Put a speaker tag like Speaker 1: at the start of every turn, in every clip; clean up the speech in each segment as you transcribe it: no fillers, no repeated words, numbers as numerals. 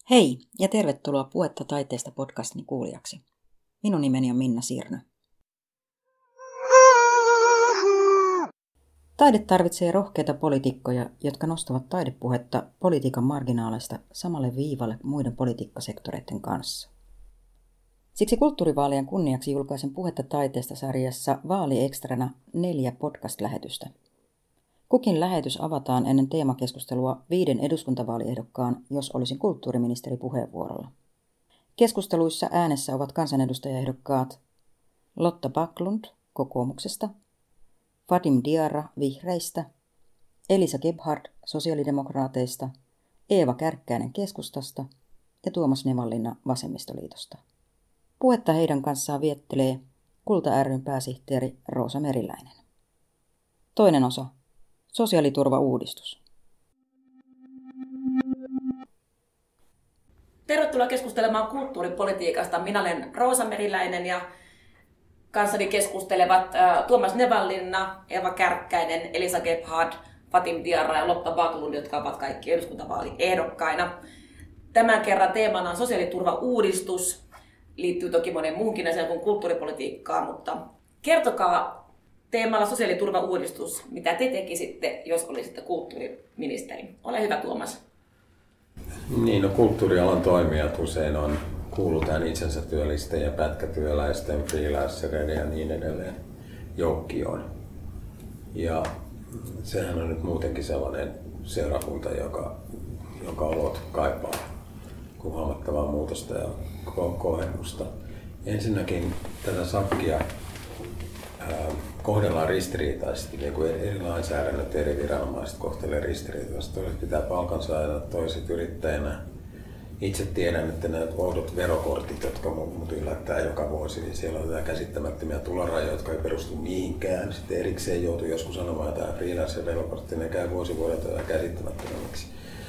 Speaker 1: Hei ja tervetuloa Puhetta taiteesta podcastini kuulijaksi. Minun nimeni on Minna Sirnö. Taide tarvitsee rohkeita poliitikkoja, jotka nostavat taidepuhetta politiikan marginaaleista samalle viivalle muiden politiikkasektoreiden kanssa. Siksi kulttuurivaalien kunniaksi julkaisen Puhetta taiteesta -sarjassa vaaliekstrana 4 podcast-lähetystä. Kukin lähetys avataan ennen teemakeskustelua 5 eduskuntavaaliehdokkaan Jos olisin kulttuuriministeri -puheenvuorolla. Keskusteluissa äänessä ovat kansanedustajaehdokkaat Lotta Backlund kokoomuksesta, Fatim Diarra vihreistä, Elisa Gebhard sosiaalidemokraateista, Eeva Kärkkäinen keskustasta ja Tuomas Nevanlinna vasemmistoliitosta. Puhetta heidän kanssaan viettelee Kulta ry:n pääsihteeri Roosa Meriläinen. Toinen osa. Sosiaaliturvauudistus.
Speaker 2: Tervetuloa keskustelemaan kulttuuripolitiikasta. Minä olen Roosa Meriläinen ja kanssani keskustelevat Tuomas Nevanlinna, Eeva Kärkkäinen, Elisa Gebhard, Fatim Diarra ja Lotta Backlund, jotka ovat kaikki eduskuntavaaliehdokkaina. Tämän kerran teemana on sosiaaliturvauudistus. Liittyy toki monen muunkin asiaan kuin kulttuuripolitiikkaan, mutta kertokaa teemalla sosiaaliturvauudistus, mitä te tekisitte, jos olisitte kulttuuriministeri. Ole hyvä, Tuomas.
Speaker 3: Niin, kulttuurialan toimijat usein kuuluu tähän itsensä työllisten ja pätkätyöläisten, freelancereiden ja niin edelleen joukkioon. Ja sehän on nyt muutenkin sellainen seurakunta, jonka olot kaipaa huomattavaa muutosta ja kohennusta. Ensinnäkin tätä sakkia kohdellaan ristiriitaisesti, niin kuin eri lainsäädännöt eri viranomaiset kohtelevat ristiriitaisesti. Toiset pitää palkansaajana, toiset yrittäjänä. Itse tiedän, että nämä oudot verokortit, jotka mut yllättää joka vuosi, niin siellä on jotain käsittämättömiä tulorajoja, jotka ei perustu mihinkään. Sitten erikseen joutuu joskus sanomaan, että tämä freelancer-verokortti ne käy vuosivuodelta jotain käsittämättömäksi.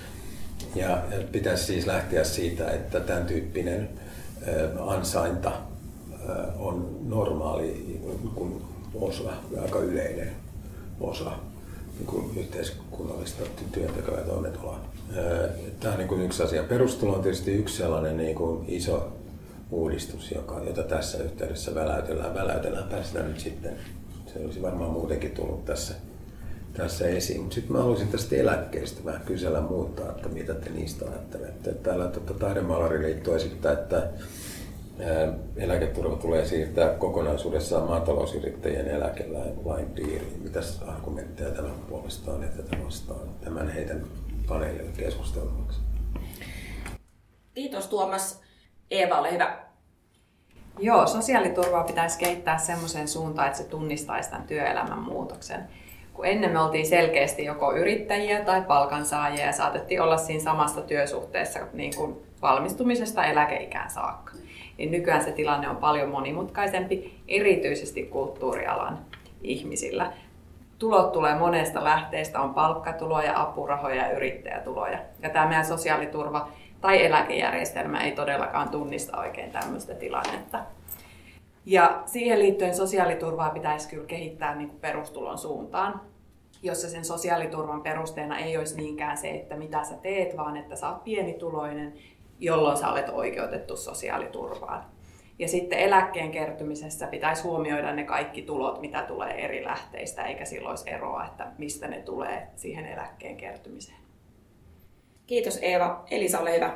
Speaker 3: Ja pitäisi siis lähteä siitä, että tämän tyyppinen ansainta on normaali osa, aika yleinen osa yhteiskunnallista työntekoa ja toimeentuloa. Tämä on yksi asia. Perustulo on tietysti yksi sellainen iso uudistus, jota tässä yhteydessä väläytellään. Päästään nyt sitten. Se olisi varmaan muutenkin tullut tässä esiin. Mutta sitten mä haluaisin tästä eläkkeestä vähän kysellä muuttaa, että mitä te niistä ajattelette. Täällä Taidemaalariliitto esittää, että eläketurva tulee siirtää kokonaisuudessaan maatalousyrittäjien eläkelain piiriin. Mitäs argumentteja tämän puolestaan ja tätä vastaan? Tämän heidän paneelille keskustelmaksi.
Speaker 2: Kiitos, Tuomas. Eeva, ole hyvä.
Speaker 4: Joo, sosiaaliturvaa pitäisi kehittää semmoiseen suuntaan, että se tunnistaisi tämän työelämän muutoksen. Kun ennen me oltiin selkeästi joko yrittäjiä tai palkansaajia ja saatettiin olla siinä samassa työsuhteessa niin kuin valmistumisesta eläkeikään saakka. Niin nykyään se tilanne on paljon monimutkaisempi, erityisesti kulttuurialan ihmisillä. Tulot tulee monesta lähteestä, on palkkatuloja, apurahoja ja yrittäjätuloja. Ja tämä meidän sosiaaliturva tai eläkejärjestelmä ei todellakaan tunnista oikein tämmöistä tilannetta. Ja siihen liittyen sosiaaliturvaa pitäisi kyllä kehittää niin kuin perustulon suuntaan, jossa sen sosiaaliturvan perusteena ei olisi niinkään se, että mitä sä teet, vaan että sä oot pienituloinen, jolloin sä olet oikeutettu sosiaaliturvaan. Ja sitten eläkkeen kertymisessä pitäisi huomioida ne kaikki tulot, mitä tulee eri lähteistä, eikä silloin olisi eroa, että mistä ne tulee siihen eläkkeen kertymiseen.
Speaker 2: Kiitos, Eeva. Elisa, ole hyvä.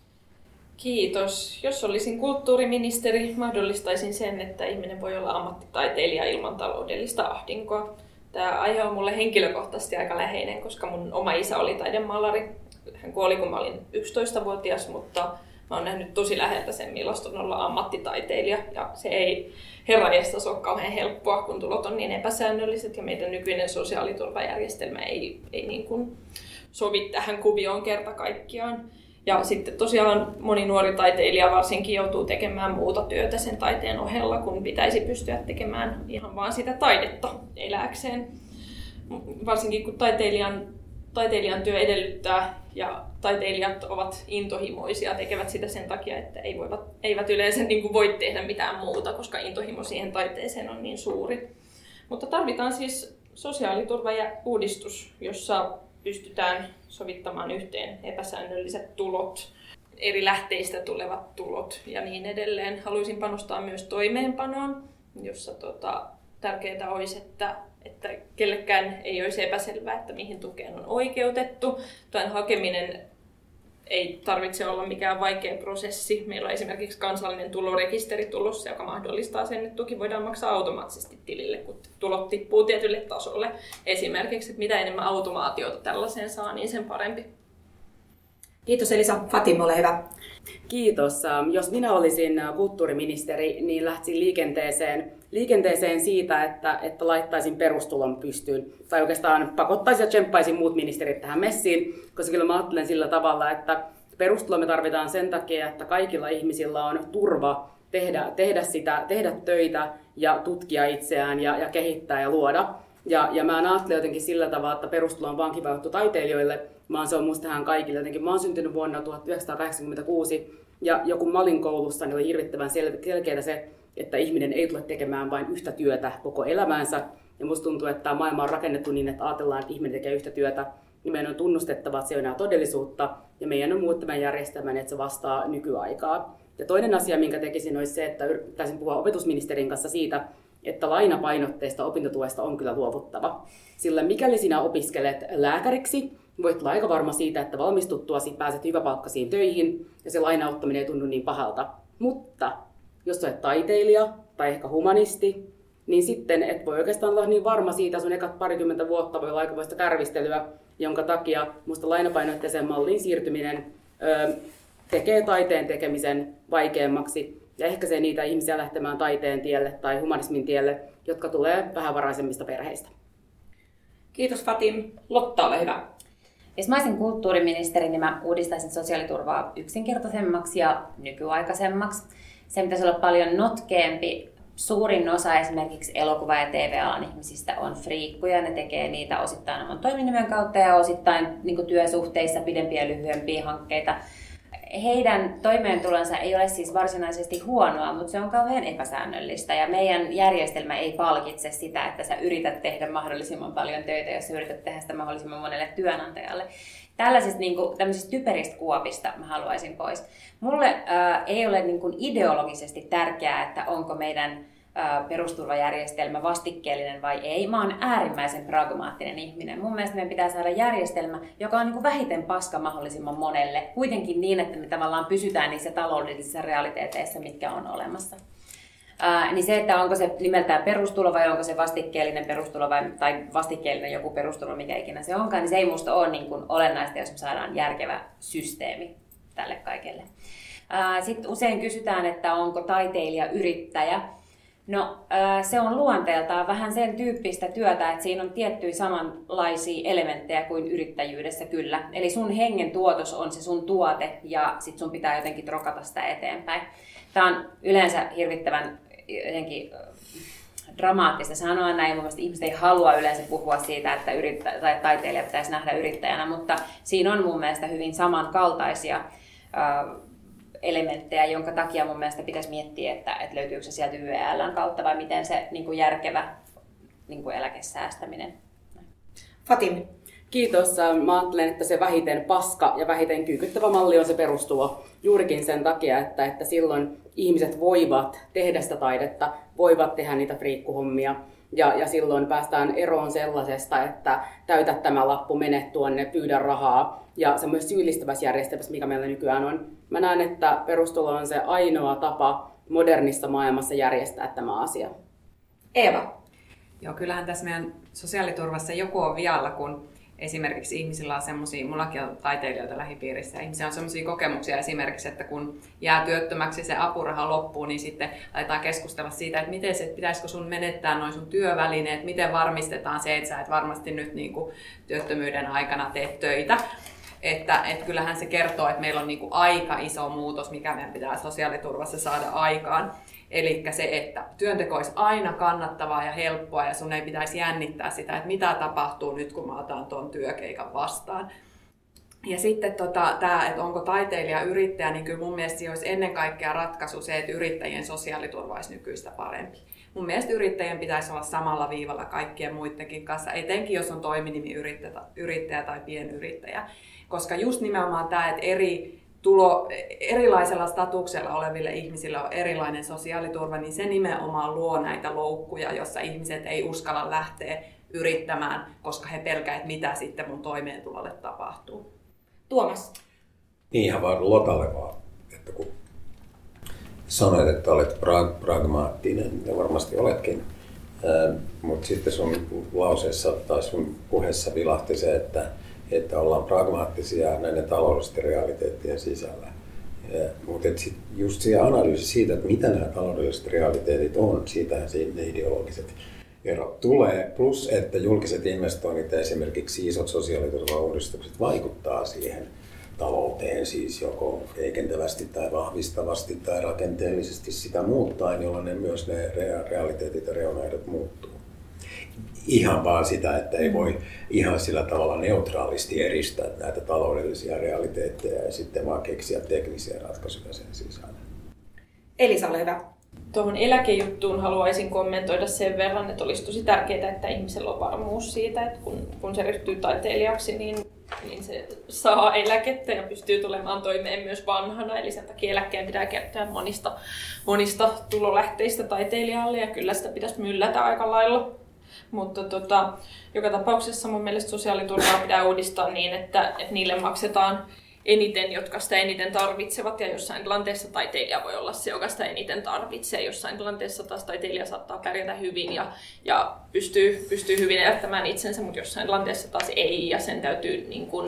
Speaker 5: Kiitos. Jos olisin kulttuuriministeri, mahdollistaisin sen, että ihminen voi olla ammattitaiteilija ilman taloudellista ahdinkoa. Tämä aihe on mulle henkilökohtaisesti aika läheinen, koska mun oma isä oli taidemaalari. Hän kuoli, kun mä olin 11-vuotias, mutta mä oon nähnyt tosi läheltä sen, millaista on olla ammattitaiteilija. Ja se ei herranjestas ole kauhean helppoa, kun tulot on niin epäsäännölliset ja meidän nykyinen sosiaaliturvajärjestelmä ei niin kuin sovi tähän kuvioon kerta kaikkiaan. Ja sitten tosiaan moni nuori taiteilija varsinkin joutuu tekemään muuta työtä sen taiteen ohella, kun pitäisi pystyä tekemään ihan vaan sitä taidetta elääkseen. Varsinkin kun taiteilijan työ edellyttää ja taiteilijat ovat intohimoisia, tekevät sitä sen takia, että eivät yleensä niin kuin voi tehdä mitään muuta, koska intohimo siihen taiteeseen on niin suuri. Mutta tarvitaan siis sosiaaliturva ja uudistus, jossa pystytään sovittamaan yhteen epäsäännölliset tulot. eri lähteistä tulevat tulot ja niin edelleen. Haluaisin panostaa myös toimeenpanoon, jossa tärkeää olisi, että kellekään ei olisi epäselvää, että mihin tukeen on oikeutettu. Tuen hakeminen ei tarvitse olla mikään vaikea prosessi. Meillä on esimerkiksi kansallinen tulorekisteri tulossa, joka mahdollistaa sen, että tuki voidaan maksaa automaattisesti tilille, kun tulot tippuu tietylle tasolle. Esimerkiksi, että mitä enemmän automaatiota tällaiseen saa, niin sen parempi.
Speaker 2: Kiitos Elisa. Fatim, ole hyvä.
Speaker 6: Kiitos. Jos minä olisin kulttuuriministeri, niin lähtisin liikenteeseen siitä, että laittaisin perustulon pystyyn. Tai oikeastaan pakottaisin ja tsemppaisin muut ministerit tähän messiin, koska kyllä mä ajattelen sillä tavalla, että perustulo me tarvitaan sen takia, että kaikilla ihmisillä on turva tehdä töitä ja tutkia itseään ja kehittää ja luoda. Ja mä ajattelen jotenkin sillä tavalla, että perustulo on vaan kiva juttu taiteilijoille, vaan se on musta tähän kaikille. Jotenkin mä oon syntynyt vuonna 1986 ja kun mä olin koulussa, niin oli hirvittävän selkeää se, että ihminen ei tule tekemään vain yhtä työtä koko elämäänsä. Ja musta tuntuu, että tämä maailma on rakennettu niin, että ajatellaan, että ihminen tekee yhtä työtä, niin meidän on tunnustettava, että se on enää todellisuutta ja meidän on muuttamaan järjestelmän, että se vastaa nykyaikaa. Ja toinen asia, minkä tekisin, olisi se, että taisin puhua opetusministerin kanssa siitä, että lainapainotteista opintotuesta on kyllä luovuttava. Sillä mikäli sinä opiskelet lääkäriksi, voit olla aika varma siitä, että valmistuttuasi pääset hyväpalkkaisiin töihin ja se lainauttaminen ei tunnu niin pahalta. Mutta jos olet taiteilija tai ehkä humanisti, niin sitten et voi oikeastaan olla niin varma siitä, sun ekat parikymmentä vuotta voi olla aikamoista kärvistelyä, jonka takia musta lainapainotteiseen malliin siirtyminen tekee taiteen tekemisen vaikeammaksi. Ja ehkä se niitä ihmisiä lähtemään taiteen tielle tai humanismin tielle, jotka tulee vähävaraisemmista perheistä.
Speaker 2: Kiitos Fatim. Lotta, ole hyvä.
Speaker 7: Jos mä olisin kulttuuriministeri, niin mä uudistaisin sosiaaliturvaa yksinkertaisemmaksi ja nykyaikaisemmaksi. Se pitäisi olla paljon notkeampi. Suurin osa esimerkiksi elokuva- ja TV-alan ihmisistä on friikkuja. Ne tekee niitä osittain oman toiminimen kautta ja osittain niin työsuhteissa pidempiä ja lyhyempiä hankkeita. Heidän toimeentulonsa ei ole siis varsinaisesti huonoa, mutta se on kauhean epäsäännöllistä ja meidän järjestelmä ei palkitse sitä, että sä yrität tehdä mahdollisimman paljon töitä, jos sä yrität tehdä sitä mahdollisimman monelle työnantajalle. Tällaisista tämmöisistä typeristä kuopista mä haluaisin pois. Mulle ei ole ideologisesti tärkeää, että onko meidän perusturvajärjestelmä vastikkeellinen vai ei. Mä oon äärimmäisen pragmaattinen ihminen. Mun mielestä meidän pitää saada järjestelmä, joka on vähiten paska mahdollisimman monelle. Kuitenkin niin, että me tavallaan pysytään niissä taloudellisissa realiteeteissa, mitkä on olemassa. Niin se, että onko se nimeltään perustulo vai onko se vastikkeellinen perustulo tai vastikkeellinen joku perustulo, mikä ikinä se onkaan, niin se ei musta ole olennaista, jos me saadaan järkevä systeemi tälle kaikelle. Sitten usein kysytään, että onko taiteilija yrittäjä. No, se on luonteeltaan vähän sen tyyppistä työtä, että siinä on tiettyjä samanlaisia elementtejä kuin yrittäjyydessä kyllä. Eli sun hengen tuotos on se sun tuote ja sit sun pitää jotenkin trokata sitä eteenpäin. Tämä on yleensä hirvittävän jotenkin dramaattista sanoa näin. Mun mielestä ihmiset ei halua yleensä puhua siitä, että taiteilija pitäisi nähdä yrittäjänä, mutta siinä on mun mielestä hyvin samankaltaisia elementtejä, jonka takia mun mielestä pitäisi miettiä, että löytyykö se sieltä YEL:n kautta vai miten se järkevä eläkesäästäminen.
Speaker 2: Fatim.
Speaker 6: Kiitos. Mä ajattelen, että se vähiten paska ja vähiten kyykyttävä malli on se perustulo. Juurikin sen takia, että silloin ihmiset voivat tehdä sitä taidetta, voivat tehdä niitä friikkuhommia. Ja silloin päästään eroon sellaisesta, että täytä tämä lappu, mene tuonne, pyydä rahaa. Ja se on myös syyllistävässä järjestelmässä, mikä meillä nykyään on. Mä näen, että perustulo on se ainoa tapa modernissa maailmassa järjestää tämä asia.
Speaker 2: Eeva.
Speaker 4: Joo, kyllähän tässä meidän sosiaaliturvassa joku on vialla, kun esimerkiksi ihmisillä on semmoisia, mullakin on taiteilijoita lähipiirissä, ihmisillä on semmoisia kokemuksia esimerkiksi, että kun jää työttömäksi se apuraha loppuu, niin sitten aletaan keskustella siitä, että miten se, pitäisikö sun menettää noin sun työvälineet, miten varmistetaan se, että sä et varmasti nyt työttömyyden aikana tee töitä. Että kyllähän se kertoo, että meillä on aika iso muutos, mikä meidän pitää sosiaaliturvassa saada aikaan. Eli se, että työnteko olisi aina kannattavaa ja helppoa ja sun ei pitäisi jännittää sitä, että mitä tapahtuu nyt, kun mä otan tuon työkeikan vastaan. Ja sitten tämä, että onko taiteilija yrittäjä, niin kyllä mun mielestä olisi ennen kaikkea ratkaisu se, että yrittäjien sosiaaliturva olisi nykyistä parempi. Mun mielestä yrittäjien pitäisi olla samalla viivalla kaikkien muidenkin kanssa, etenkin jos on toiminimiyrittäjä tai pienyrittäjä. Koska just nimenomaan tämä, että eri erilaisella statuksella oleville ihmisille on erilainen sosiaaliturva, niin se nimenomaan luo näitä loukkuja, jossa ihmiset ei uskalla lähteä yrittämään, koska he pelkäävät, että mitä sitten mun toimeentulolle tapahtuu.
Speaker 2: Tuomas.
Speaker 3: Niin ihan vaan Lotalle vaan, että kun sanoit, että olet pragmaattinen, ja varmasti oletkin, mutta sitten sun lauseessa tai sun puheessa vilahti se, että ollaan pragmaattisia näiden taloudellisten realiteettien sisällä. Mutta just se analyysi siitä, että mitä nämä taloudelliset realiteetit on, siitähän ne ideologiset erot tulee. Plus, että julkiset investoinnit ja esimerkiksi isot sosiaaliturvauudistukset vaikuttaa siihen talouteen, siis joko heikentävästi tai vahvistavasti tai rakenteellisesti sitä muuttaen, jolloin myös ne realiteetit ja reunaehdot muuttuu. Ihan vaan sitä, että ei voi ihan sillä tavalla neutraalisti eristää näitä taloudellisia realiteetteja ja sitten vaan keksiä teknisiä ratkaisuja sen sisällä.
Speaker 2: Elisa, ole hyvä.
Speaker 5: Tuohon eläkejuttuun haluaisin kommentoida sen verran, että olisi tosi tärkeää, että ihmisellä on varmuus siitä, että kun se ryhtyy taiteilijaksi, niin se saa eläkettä ja pystyy tulemaan toimeen myös vanhana. Eli sen takia eläkkeen pitää kertoa monista tulolähteistä taiteilijalle ja kyllä sitä pitäisi myllätä aika lailla. Mutta joka tapauksessa mun mielestä sosiaaliturvaa pitää uudistaa niin, että niille maksetaan eniten, jotka sitä eniten tarvitsevat, ja jossain tilanteessa taiteilija voi olla se, joka sitä eniten tarvitsee. Jossain tilanteessa taas taiteilija saattaa pärjätä hyvin ja pystyy hyvin elättämään itsensä, mutta jossain tilanteessa taas ei, ja sen täytyy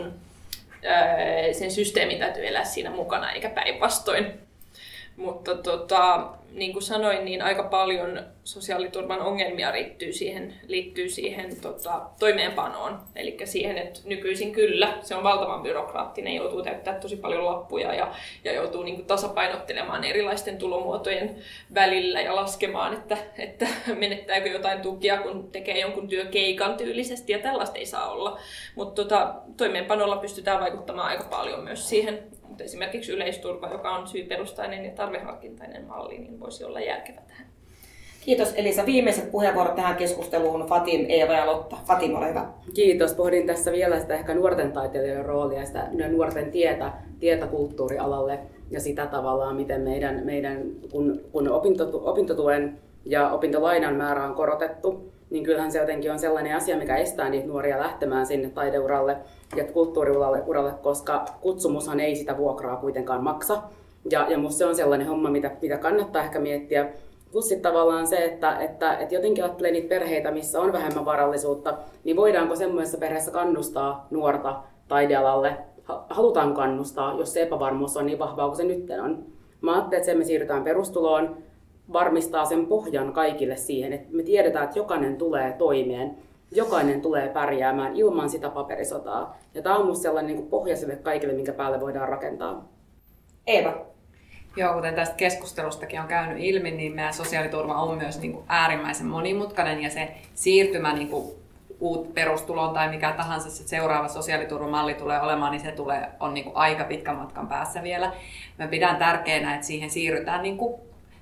Speaker 5: sen systeemin täytyy elää siinä mukana, eikä päinvastoin. Mutta niin kuin sanoin, niin aika paljon sosiaaliturvan ongelmia liittyy siihen toimeenpanoon. Eli siihen, että nykyisin kyllä se on valtavan byrokraattinen, joutuu täyttämään tosi paljon lappuja ja joutuu niin kuin tasapainottelemaan erilaisten tulomuotojen välillä ja laskemaan, että menettääkö jotain tukia, kun tekee jonkun työkeikan tyylisesti, ja tällaista ei saa olla. Mutta toimeenpanolla pystytään vaikuttamaan aika paljon myös siihen. Mutta esimerkiksi yleisturva, joka on syyperustainen ja tarveharkintainen malli, niin voisi olla järkevä tähän.
Speaker 2: Kiitos Elisa. Viimeiset puheenvuorot tähän keskusteluun. Fatim, Eeva ja Lotta. Fatim, ole hyvä.
Speaker 6: Kiitos. Pohdin tässä vielä sitä ehkä nuorten taiteilijoiden roolia ja sitä nuorten tietä kulttuurialalle ja sitä tavallaan, miten meidän kun opintotuen ja opintolainan määrä on korotettu, niin kyllähän se jotenkin on sellainen asia, mikä estää niitä nuoria lähtemään sinne taideuralle ja kulttuuriuralle, koska kutsumushan ei sitä vuokraa kuitenkaan maksa. Ja musta se on sellainen homma, mitä kannattaa ehkä miettiä. Plus sitten tavallaan se, että jotenkin ajattelee niitä perheitä, missä on vähemmän varallisuutta, niin voidaanko semmoisessa perheessä kannustaa nuorta taidealalle? Halutaan kannustaa, jos se epävarmuus on niin vahvaa kuin se nyt on. Mä ajattelen, että me siirrytään perustuloon, varmistaa sen pohjan kaikille siihen, että me tiedetään, että jokainen tulee toimeen, jokainen tulee pärjäämään ilman sitä paperisotaa. Ja tämä on musta sellainen niin pohja sille kaikille, minkä päälle voidaan rakentaa.
Speaker 2: Eeva.
Speaker 4: Joo, kuten tästä keskustelustakin on käynyt ilmi, niin meidän sosiaaliturva on myös niin kuin äärimmäisen monimutkainen, ja se siirtymä niin kuin perustuloon tai mikä tahansa se seuraava sosiaaliturvamalli tulee olemaan, niin se on niin kuin aika pitkän matkan päässä vielä. Mä pidän tärkeänä, että siihen siirrytään niin kuin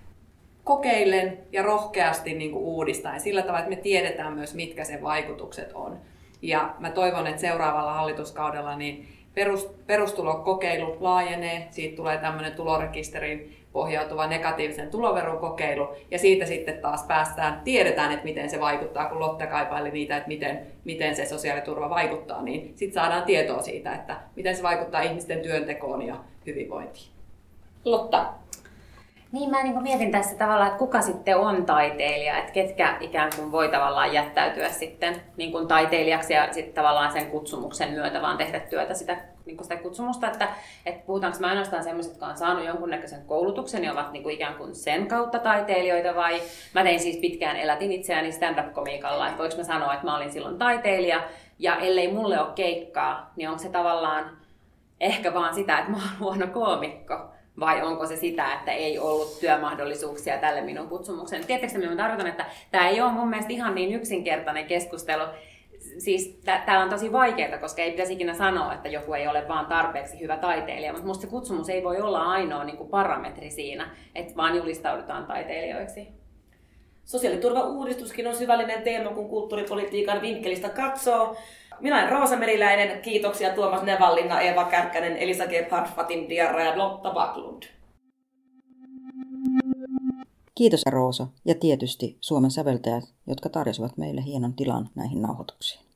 Speaker 4: kokeillen ja rohkeasti niin kuin uudistaen sillä tavalla, että me tiedetään myös, mitkä sen vaikutukset on. Ja mä toivon, että seuraavalla hallituskaudella niin perustulokokeilu laajenee, siitä tulee tämmöinen tulorekisteriin pohjautuva negatiivisen tuloveron kokeilu, ja siitä sitten taas tiedetään, että miten se vaikuttaa, kun Lotta kaipaili niitä, että miten se sosiaaliturva vaikuttaa, niin sitten saadaan tietoa siitä, että miten se vaikuttaa ihmisten työntekoon ja hyvinvointiin.
Speaker 2: Lotta.
Speaker 7: Niin, mä niin mietin tässä tavallaan, että kuka sitten on taiteilija, että ketkä ikään kuin voi tavallaan jättäytyä sitten niin kuin taiteilijaksi ja sitten tavallaan sen kutsumuksen myötä vaan tehdä työtä sitä kutsumusta, että puhutaanko me ainoastaan sellaiset, jotka on saanut jonkunnäköisen koulutuksen ja ovat niin kuin ikään kuin sen kautta taiteilijoita, vai mä tein siis pitkään, elätin itseäni stand-up-komiikalla, että voiko mä sanoa, että mä olin silloin taiteilija ja ellei mulle ole keikkaa, niin onko se tavallaan ehkä vaan sitä, että mä oon huono koomikko? Vai onko se sitä, että ei ollut työmahdollisuuksia tälle minun kutsumukseen? Tiedättekö, mitä mä tarkoitan, että tämä ei ole mun mielestä ihan niin yksinkertainen keskustelu. Siis tämä on tosi vaikeaa, koska ei pitäisi ikinä sanoa, että joku ei ole vaan tarpeeksi hyvä taiteilija. Mutta musta se kutsumus ei voi olla ainoa niin kuin parametri siinä, että vaan julistaudutaan taiteilijoiksi.
Speaker 2: Sosiaaliturva-uudistuskin on syvällinen teema, kun kulttuuripolitiikan vinkkelistä katsoo. Minä olen Roosa Meriläinen. Kiitoksia Tuomas Nevallinna, Eeva Kärkkänen, Elisa Gebhard, Fatim Diarra ja Lotta Backlund.
Speaker 1: Kiitos Roosa ja tietysti Suomen säveltäjät, jotka tarjosivat meille hienon tilan näihin nauhoituksiin.